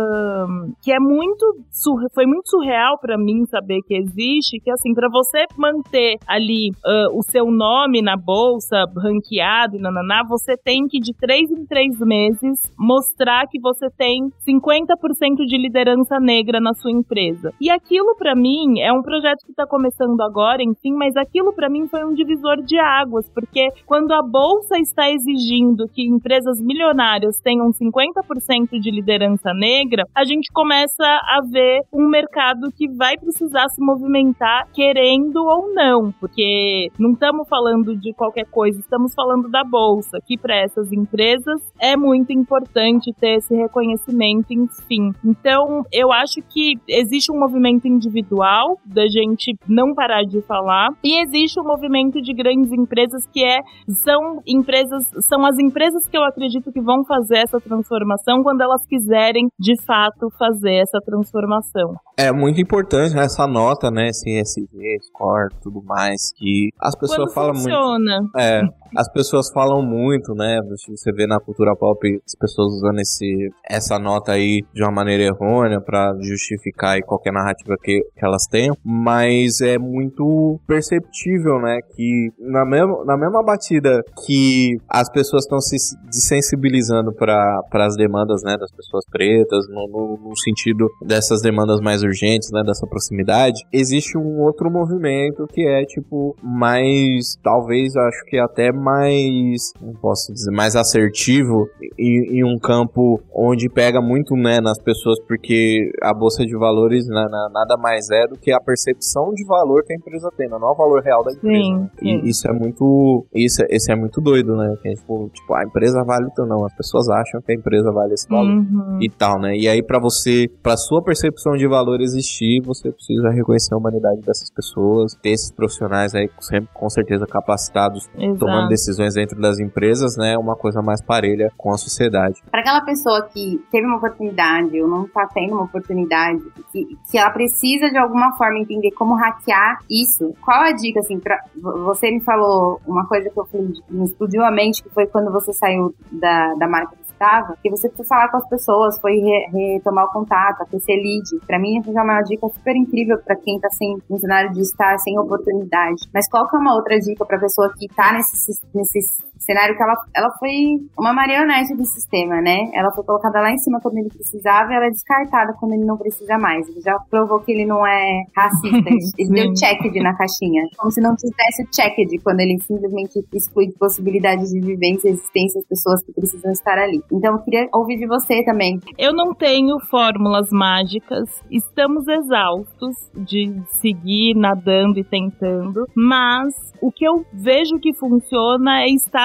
uh, que é muito sur- foi muito surreal pra mim saber que existe, que assim, pra você manter ali uh, o seu nome na bolsa, ranqueado e nananá, você tem que de três em três meses mostrar que você tem cinquenta por cento de liderança negra na sua empresa. E aquilo pra mim é um projeto que tá começando agora, enfim, mas aquilo pra mim foi um divisor de águas, porque quando a bolsa está exigindo que empresas milionárias tenham cinquenta por cento de liderança negra, a gente começa a ver um mercado que vai precisar se movimentar querendo ou não, porque não estamos falando de qualquer coisa, estamos falando da bolsa, que para essas empresas é muito importante ter esse reconhecimento, enfim. Então, eu acho que existe um movimento individual da gente não parar de falar, e existe um movimento de grandes empresas que é, são empresas, são as empresas que eu acredito que vão fazer essa transformação quando elas quiserem, de fato, fazer essa transformação. É muito importante, né, essa nota, né, esse E S G, score, tudo mais, que as pessoas quando falam funciona. muito. É, as pessoas falam muito, né, você vê na cultura pop as pessoas usando esse, essa nota aí de uma maneira errônea pra justificar aí qualquer narrativa que, que elas tenham, mas é muito perceptível, né, que na mesma, na mesma batida que as pessoas estão se desensibilizando para as demandas, né, das pessoas pretas, no, no, no sentido dessas demandas mais urgentes, né, dessa proximidade, existe um outro movimento que é, tipo, mais, talvez, acho que até mais, não posso dizer, mais assertivo em, em um campo onde pega muito, né, nas pessoas, porque a Bolsa de Valores, né, nada mais é do que a percepção de valor que a empresa tem, não é o valor real da empresa. Sim, né? sim. E isso é muito, isso, isso é muito doido, né, que é, tipo, tipo, a empresa vale tanto, não, as pessoas acham que a empresa vale esse valor Uhum. e tal, né, e aí pra você, pra sua percepção de valor existir, você precisa reconhecer a humanidade dessas pessoas, ter esses profissionais aí sempre, com certeza, capacitados, Exato. tomando decisões dentro das empresas, né, uma coisa mais parelha com a sociedade. Para aquela pessoa que teve uma oportunidade ou não está tendo uma oportunidade, que, que ela precisa de alguma forma entender como hackear isso, qual a dica, assim, pra, você me falou uma coisa que eu fui, me explodiu a mente, que foi quando você saiu da, da marca que estava, que você precisa falar com as pessoas, foi re, retomar o contato, ter ser lead. Pra mim, é uma dica super incrível pra quem tá sem, no cenário de estar sem oportunidade. Mas qual que é uma outra dica pra pessoa que tá nesse, nesse cenário que ela, ela foi uma marionete do sistema, né? Ela foi colocada lá em cima quando ele precisava e ela é descartada quando ele não precisa mais. Ele já provou que ele não é racista. Ele deu checked na caixinha. Como se não tivesse o checked quando ele simplesmente exclui possibilidades de vivência e existência das pessoas que precisam estar ali. Então, eu queria ouvir de você também. Eu não tenho fórmulas mágicas. Estamos exaustos de seguir nadando e tentando, mas o que eu vejo que funciona é estar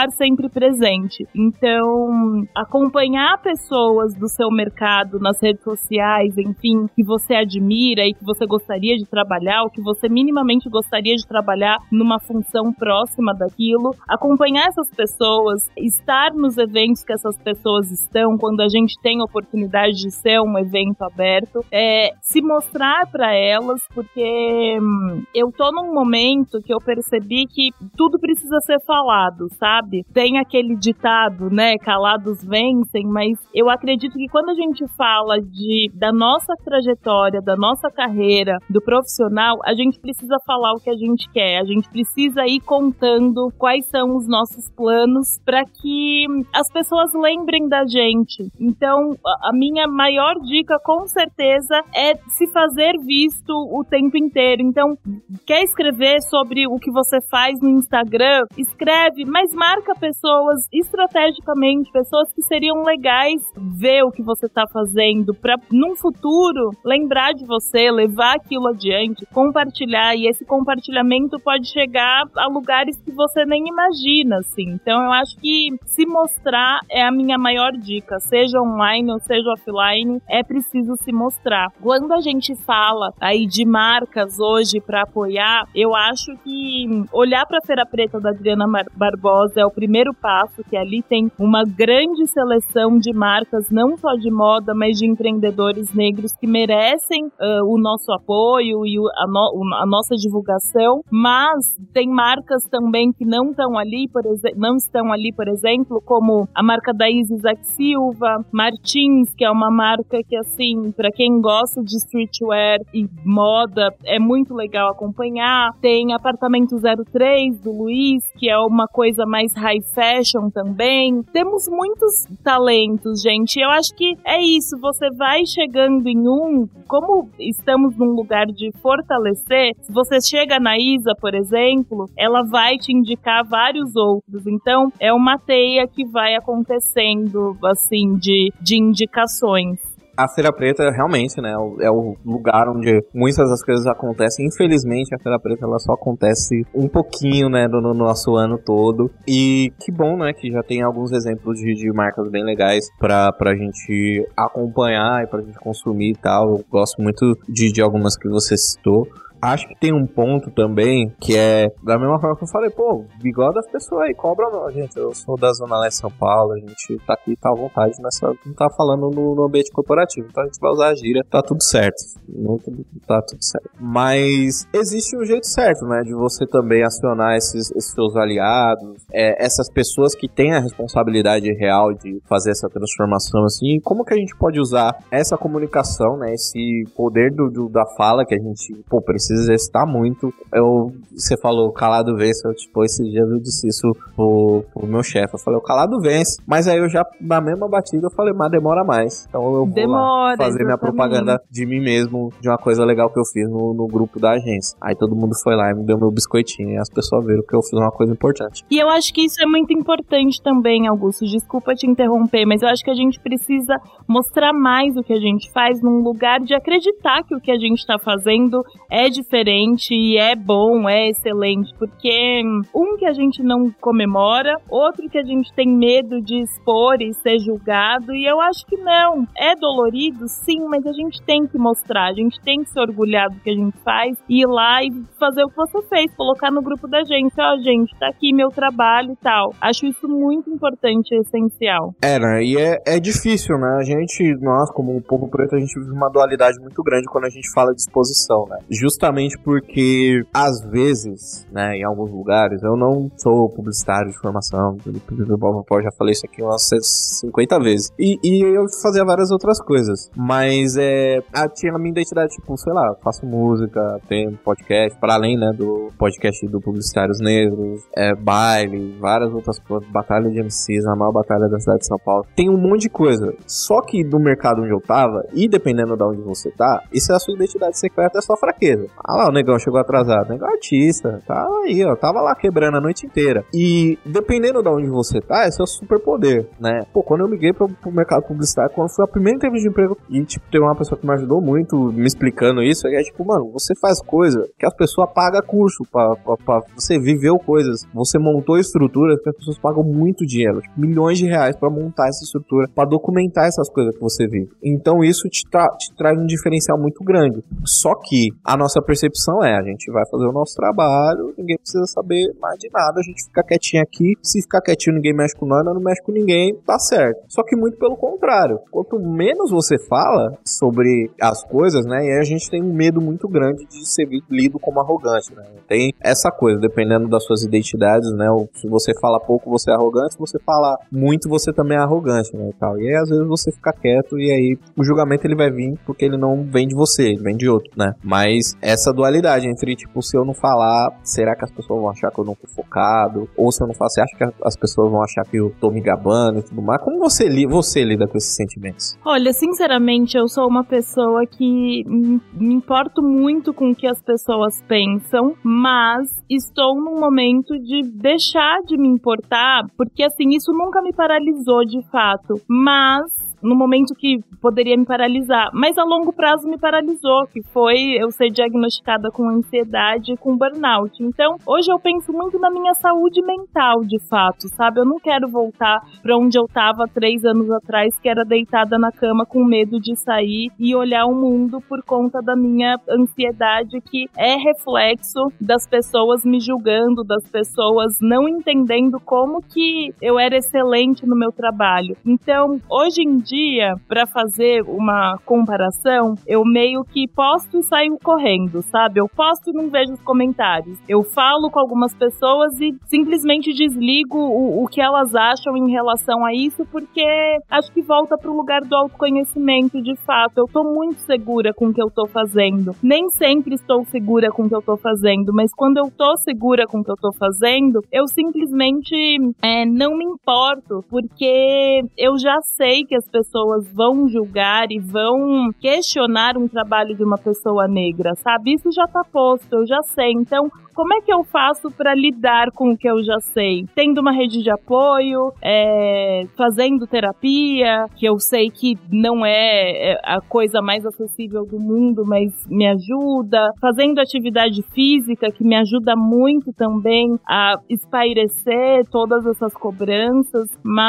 estar sempre presente. Então, acompanhar pessoas do seu mercado nas redes sociais, enfim, que você admira e que você gostaria de trabalhar, ou que você minimamente gostaria de trabalhar numa função próxima daquilo, acompanhar essas pessoas, estar nos eventos que essas pessoas estão, quando a gente tem a oportunidade de ser um evento aberto, é, se mostrar para elas, porque hum, eu tô num momento que eu percebi que tudo precisa ser falado, sabe? Tem aquele ditado, né, calados vencem, mas eu acredito que quando a gente fala de, da nossa trajetória, da nossa carreira, do profissional, a gente precisa falar o que a gente quer, a gente precisa ir contando quais são os nossos planos para que as pessoas lembrem da gente. Então, a minha maior dica, com certeza, é se fazer visto o tempo inteiro. Então, quer escrever sobre o que você faz no Instagram? Escreve, mas marca pessoas estrategicamente, pessoas que seriam legais ver o que você está fazendo, para num futuro lembrar de você, levar aquilo adiante, compartilhar, e esse compartilhamento pode chegar a lugares que você nem imagina, assim. Então eu acho que se mostrar é a minha maior dica, seja online ou seja offline, é preciso se mostrar. Quando a gente fala aí de marcas hoje para apoiar, eu acho que olhar para a Feira Preta da Adriana Barbosa é o primeiro passo, que ali tem uma grande seleção de marcas, não só de moda, mas de empreendedores negros que merecem uh, o nosso apoio e o, a, no, a nossa divulgação, mas tem marcas também que não estão ali, por exe- não estão ali, por exemplo, como a marca da Isis Silva, Martins, que é uma marca que, assim, para quem gosta de streetwear e moda, é muito legal acompanhar. Tem Apartamento zero três, do Luiz, que é uma coisa mais high fashion também. Temos muitos talentos, gente. Eu acho que é isso, você vai chegando em um, como estamos num lugar de fortalecer, se você chega na Isa, por exemplo, ela vai te indicar vários outros. Então, é uma teia que vai acontecendo, assim, de, de indicações. A Feira Preta, realmente, né, é o lugar onde muitas das coisas acontecem. Infelizmente, a Feira Preta, ela só acontece um pouquinho, né, no, no nosso ano todo. E que bom, né, que já tem alguns exemplos de, de marcas bem legais pra, pra gente acompanhar e pra gente consumir e tal. Eu gosto muito de, de algumas que você citou. Acho que tem um ponto também que é, da mesma forma que eu falei, pô, bigode das pessoas aí, cobra não, gente. Eu sou da Zona Leste de São Paulo, a gente tá aqui, tá à vontade nessa. Não tá falando no, no ambiente corporativo, então a gente vai usar a gíria, tá tudo certo. Não tá tudo certo. Mas existe um jeito certo, né, de você também acionar esses, esses seus aliados, é, essas pessoas que têm a responsabilidade real de fazer essa transformação, assim, como que a gente pode usar essa comunicação, né, esse poder do, do, da fala que a gente, pô, precisa exercitar muito. Eu, você falou calado vence, eu, tipo, esses dias eu disse isso pro, pro meu chefe, eu falei, o calado vence, mas aí eu já, na mesma batida, eu falei, mas demora mais, então eu vou demora, lá fazer exatamente. minha propaganda de mim mesmo, de uma coisa legal que eu fiz no, no grupo da agência. Aí todo mundo foi lá e me deu meu biscoitinho, e as pessoas viram que eu fiz uma coisa importante. E eu acho que isso é muito importante também, Augusto, desculpa te interromper, mas eu acho que a gente precisa mostrar mais o que a gente faz num lugar de acreditar que o que a gente tá fazendo é diferente e é bom, é excelente, porque um que a gente não comemora, outro que a gente tem medo de expor e ser julgado, e eu acho que não, é dolorido sim, mas a gente tem que mostrar, a gente tem que se orgulhar do que a gente faz, ir lá e fazer o que você fez, colocar no grupo da gente, ó, gente, tá aqui meu trabalho e tal. Acho isso muito importante e essencial. É, né, e é, é difícil, né, a gente, nós como um povo preto, a gente vive uma dualidade muito grande quando a gente fala de exposição, né, justamente porque, às vezes, né, em alguns lugares, eu não sou publicitário de formação, eu já falei isso aqui umas cinquenta vezes, e, e eu fazia várias outras coisas, mas é, tinha a minha identidade, tipo, sei lá, faço música, tenho podcast, para além, né, do podcast do Publicitários Negros, é, baile, várias outras coisas, batalha de M Cs, a maior batalha da cidade de São Paulo, tem um monte de coisa, só que no mercado onde eu tava, e dependendo de onde você tá, isso é a sua identidade secreta, é a sua fraqueza. Ah lá, o negão chegou atrasado. O negão é artista, tá aí, ó, tava lá quebrando a noite inteira. E dependendo de onde você tá, esse é o superpoder, né? Pô, quando eu liguei pro, pro mercado publicitário, quando foi a primeira entrevista de emprego, e tipo, teve uma pessoa que me ajudou muito me explicando isso, é tipo, mano, você faz coisa que as pessoas pagam curso pra, pra, pra você viveu coisas, você montou estruturas que as pessoas pagam muito dinheiro, tipo, milhões de reais pra montar essa estrutura, pra documentar essas coisas que você vive. Então isso te, tra- te traz um diferencial muito grande. Só que a nossa percepção é, a gente vai fazer o nosso trabalho, ninguém precisa saber mais de nada, a gente fica quietinho aqui, se ficar quietinho ninguém mexe com nós, nós não mexe com ninguém, tá certo. Só que muito pelo contrário, quanto menos você fala sobre as coisas, né, e aí a gente tem um medo muito grande de ser lido como arrogante, né, tem essa coisa, dependendo das suas identidades, né, ou se você fala pouco, você é arrogante, se você fala muito, você também é arrogante, né, e tal, e aí às vezes você fica quieto e aí o julgamento ele vai vir porque ele não vem de você, ele vem de outro, né, mas essa dualidade entre, tipo, se eu não falar, será que as pessoas vão achar que eu não tô focado, ou se eu não faço, você acha que as pessoas vão achar que eu tô me gabando e tudo mais, como você, li- você lida com esses sentimentos? Olha, sinceramente, eu sou uma pessoa que me importo muito com o que as pessoas pensam, mas estou num momento de deixar de me importar, porque assim, isso nunca me paralisou de fato, mas no momento que poderia me paralisar, mas a longo prazo me paralisou, que foi eu ser diagnosticada com ansiedade e com burnout. Então, hoje eu penso muito na minha saúde mental, de fato, sabe? Eu não quero voltar pra onde eu tava três anos atrás, que era deitada na cama com medo de sair e olhar o mundo por conta da minha ansiedade, que é reflexo das pessoas me julgando, das pessoas não entendendo como que eu era excelente no meu trabalho. Então, hoje em dia, dia, pra fazer uma comparação, eu meio que posto e saio correndo, sabe? Eu posto e não vejo os comentários. Eu falo com algumas pessoas e simplesmente desligo o, o que elas acham em relação a isso, porque acho que volta pro lugar do autoconhecimento, de fato. Eu tô muito segura com o que eu tô fazendo. Nem sempre estou segura com o que eu tô fazendo, mas quando eu tô segura com o que eu tô fazendo, eu simplesmente é, não me importo, porque eu já sei que as pessoas pessoas vão julgar e vão questionar um trabalho de uma pessoa negra, sabe? Isso já tá posto, eu já sei. Então, como é que eu faço para lidar com o que eu já sei? Tendo uma rede de apoio, é, fazendo terapia, que eu sei que não é a coisa mais acessível do mundo, mas me ajuda. Fazendo atividade física, que me ajuda muito também a espairecer todas essas cobranças.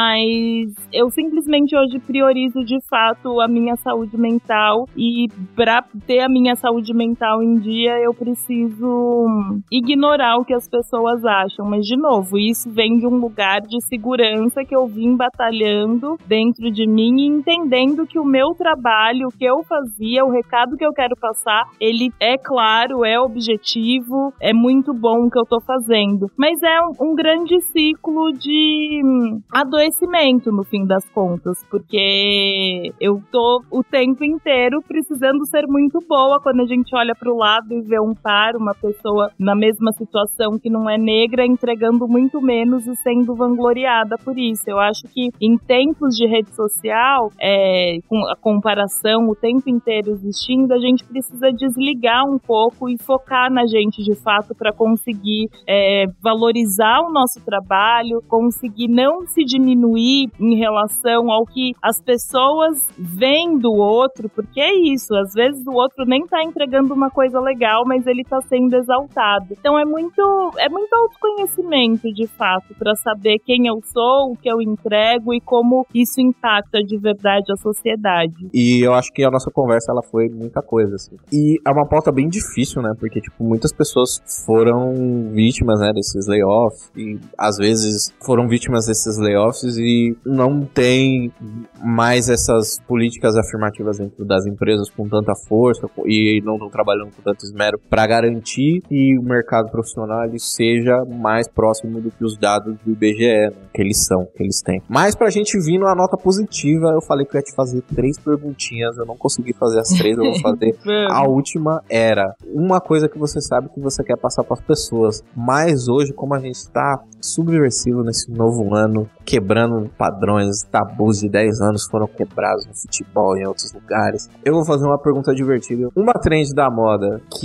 Mas eu simplesmente hoje priorizo de fato a minha saúde mental, e para ter a minha saúde mental em dia eu preciso ignorar o que as pessoas acham, mas de novo, isso vem de um lugar de segurança que eu vim batalhando dentro de mim e entendendo que o meu trabalho, o que eu fazia, o recado que eu quero passar, ele é claro, é objetivo, é muito bom o que eu tô fazendo, mas é um, um grande ciclo de adoecimento no fim das contas, porque eu tô o tempo inteiro precisando ser muito boa quando a gente olha pro lado e vê um par, uma pessoa na mesma situação que não é negra, entregando muito menos e sendo vangloriada por isso. Eu acho que em tempos de rede social, é, com a comparação o tempo inteiro existindo, a gente precisa desligar um pouco e focar na gente de fato para conseguir é, valorizar o nosso trabalho, conseguir não se diminuir em relação ao que as pessoas veem do outro, porque é isso, às vezes o outro nem tá entregando uma coisa legal, mas ele tá sendo exaltado. Então é muito, é muito autoconhecimento, de fato, para saber quem eu sou, o que eu entrego e como isso impacta de verdade a sociedade. E eu acho que a nossa conversa, ela foi muita coisa, assim. E é uma pauta bem difícil, né? Porque, tipo, muitas pessoas foram vítimas, né, desses layoffs e, às vezes, foram vítimas desses layoffs e não tem mais essas políticas afirmativas dentro das empresas com tanta força e não estão trabalhando com tanto esmero para garantir que o mercado profissional ele seja mais próximo do que os dados do I B G E, né, que eles são, que eles têm. Mas pra gente vir numa nota positiva, eu falei que eu ia te fazer três perguntinhas, eu não consegui fazer as três, eu vou fazer. A última era uma coisa que você sabe que você quer passar para as pessoas, mas hoje, como a gente tá subversivo nesse novo ano, quebrando padrões, tabus de dez anos foram quebrados no futebol e em outros lugares, eu vou fazer uma pergunta divertida. Uma trend da moda que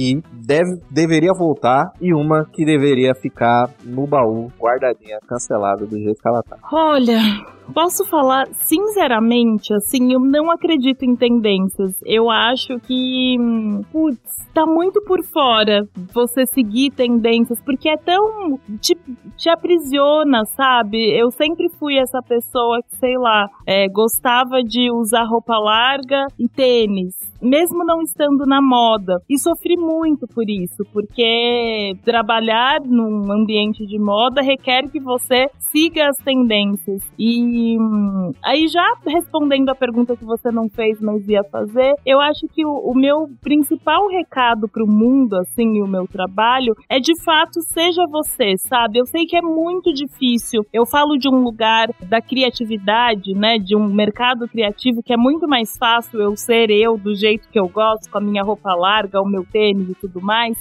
deve, deveria voltar e uma que deveria ficar no baú, guardadinha, cancelada do jeito que ela tá. Olha, posso falar sinceramente, assim, eu não acredito em tendências. Eu acho que, putz, tá muito por fora você seguir tendências, porque é tão... te, te aprisiona, sabe? Eu sempre fui essa pessoa que, sei lá, é, gostava de usar roupa larga e tênis, mesmo não estando na moda. E sofri muito por isso, porque trabalhar num ambiente de moda requer que você siga as tendências. E aí, já respondendo a pergunta que você não fez, mas ia fazer, eu acho que o, o meu principal recado pro mundo, assim, e o meu trabalho, é de fato, seja você, sabe? Eu sei que é muito difícil. Eu falo de um lugar da criatividade, né? De um mercado criativo que é muito mais fácil eu ser eu, do jeito que eu gosto, com a minha roupa larga, o meu tênis e tudo mais,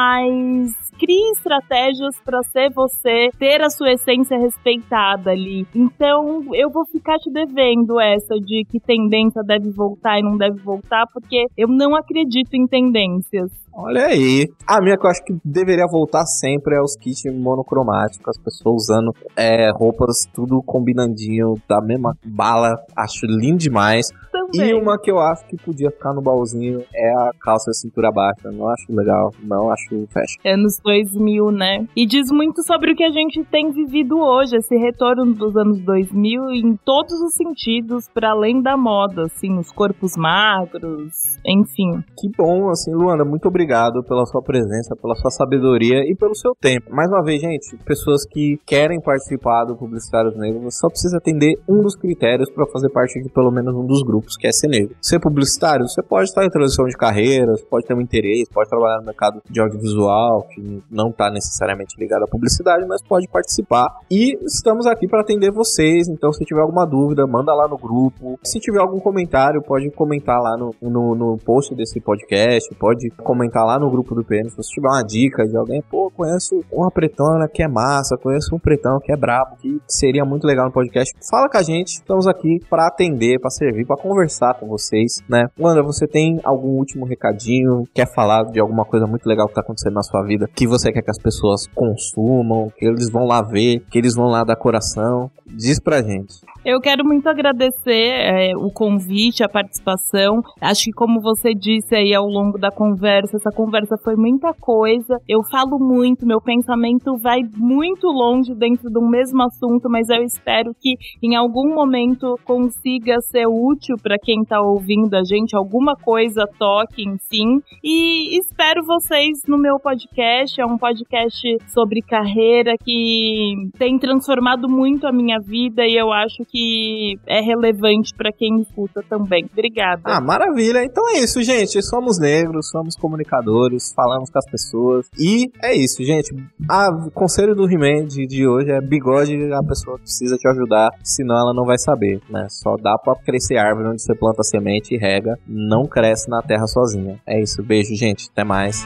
mas crie estratégias para ser você, ter a sua essência respeitada ali. Então, eu vou ficar te devendo essa de que tendência deve voltar e não deve voltar, porque eu não acredito em tendências. Olha aí. A minha que eu acho que deveria voltar sempre é os kits monocromáticos, as pessoas usando é, roupas tudo combinandinho, da mesma bala, acho lindo demais. Também. E uma que eu acho que podia ficar no baúzinho é a calça de cintura baixa. Não acho legal, não acho fashion. Anos dois mil, né? E diz muito sobre o que a gente tem vivido hoje, esse retorno dos anos dois mil em todos os sentidos, para além da moda, assim, os corpos magros, enfim. Que bom, assim, Luanda, muito obrigado. Obrigado pela sua presença, pela sua sabedoria e pelo seu tempo. Mais uma vez, gente, pessoas que querem participar do Publicitários Negros, você só precisa atender um dos critérios para fazer parte de pelo menos um dos grupos, que é ser negro. Ser publicitário, você pode estar em transição de carreira, você pode ter um interesse, pode trabalhar no mercado de audiovisual, que não está necessariamente ligado à publicidade, mas pode participar. E estamos aqui para atender vocês, então se tiver alguma dúvida, manda lá no grupo. Se tiver algum comentário, pode comentar lá no, no, no post desse podcast, pode comentar lá no grupo do P N, se você tiver uma dica de alguém, pô, conheço uma pretona que é massa, conheço um pretão que é brabo, que seria muito legal no podcast, fala com a gente, estamos aqui pra atender, pra servir, pra conversar com vocês, né? Wanda, você tem algum último recadinho, quer falar de alguma coisa muito legal que tá acontecendo na sua vida, que você quer que as pessoas consumam, que eles vão lá ver, que eles vão lá dar coração? Diz pra gente. Eu quero muito agradecer é, o convite, a participação. Acho que, como você disse aí ao longo da conversa, essa conversa foi muita coisa. Eu falo muito, meu pensamento vai muito longe dentro do mesmo assunto, mas eu espero que em algum momento consiga ser útil para quem está ouvindo a gente, alguma coisa toque, enfim. E espero vocês no meu podcast. É um podcast sobre carreira que tem transformado muito a minha vida e eu acho que é relevante para quem escuta também. Obrigada. Ah, maravilha. Então é isso, gente. Somos negros, somos comunicadores, falamos com as pessoas. E é isso, gente. Ah, o conselho do He-Man de, de hoje é bigode, a pessoa precisa te ajudar, senão ela não vai saber, né? Só dá pra crescer árvore onde você planta semente e rega, não cresce na terra sozinha. É isso. Beijo, gente. Até mais.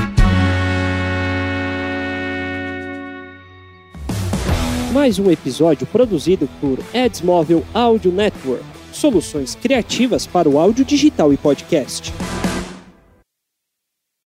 Mais um episódio produzido por Adsmóvel Audio Network, soluções criativas para o áudio digital e podcast.